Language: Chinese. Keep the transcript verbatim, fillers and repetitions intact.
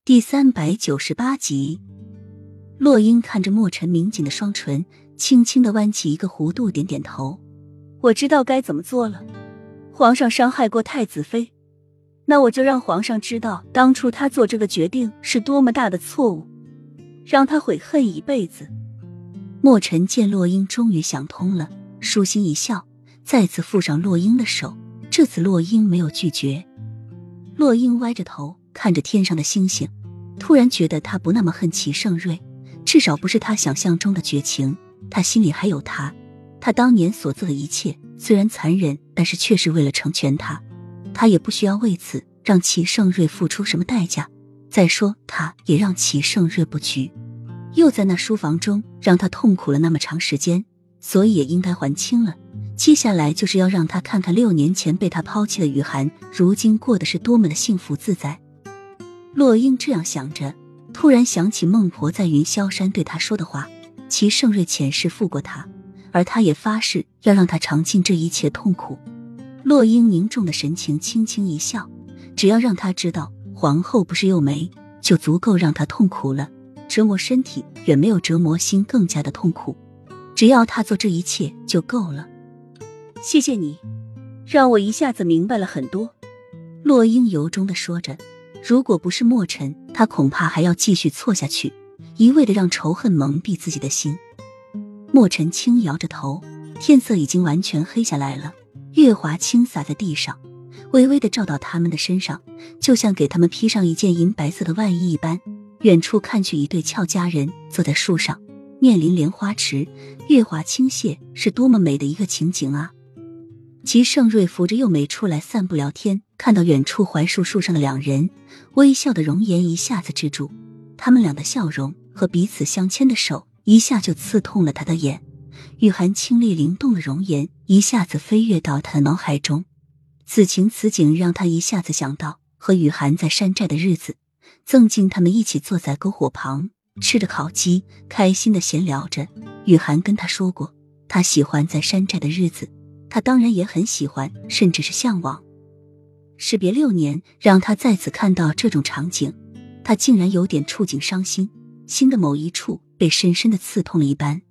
第三百九十八集，洛英看着莫尘抿紧的双唇，轻轻地弯起一个弧度，点点头。我知道该怎么做了。皇上伤害过太子妃，那我就让皇上知道当初他做这个决定是多么大的错误，让他悔恨一辈子。莫尘见洛英终于想通了，舒心一笑，再次附上洛英的手。这次洛英没有拒绝。洛英歪着头看着天上的星星，突然觉得他不那么恨齐盛瑞，至少不是他想象中的绝情，他心里还有他。他当年所做的一切虽然残忍，但是却是为了成全他，他也不需要为此让齐盛瑞付出什么代价。再说他也让齐盛瑞不屈，又在那书房中让他痛苦了那么长时间，所以也应该还清了。接下来就是要让他看看六年前被他抛弃的雨涵如今过得是多么的幸福自在。洛英这样想着，突然想起孟婆在云霄山对他说的话，齐盛瑞前世负过他，而他也发誓要让他尝尽这一切痛苦。洛英凝重的神情轻轻一笑，只要让他知道皇后不是幼梅，就足够让他痛苦了。折磨身体远没有折磨心更加的痛苦，只要他做这一切就够了。谢谢你，让我一下子明白了很多。洛英由衷地说着，如果不是莫尘，他恐怕还要继续错下去，一味地让仇恨蒙蔽自己的心。莫尘轻摇着头，天色已经完全黑下来了，月华轻洒在地上，微微地照到他们的身上，就像给他们披上一件银白色的外衣一般。远处看去，一对俏佳人坐在树上，面临莲花池，月华倾泻，是多么美的一个情景啊！齐盛瑞扶着幼美出来散步聊天，看到远处槐树树上的两人，微笑的容颜一下子止住，他们俩的笑容和彼此相牵的手一下就刺痛了他的眼。雨涵清丽灵动的容颜一下子飞跃到他的脑海中，此情此景让他一下子想到和雨涵在山寨的日子。曾经他们一起坐在篝火旁，吃着烤鸡，开心地闲聊着。雨涵跟他说过，他喜欢在山寨的日子，他当然也很喜欢，甚至是向往。士别六年，让他再次看到这种场景，他竟然有点触景伤心，心的某一处被深深地刺痛了一般。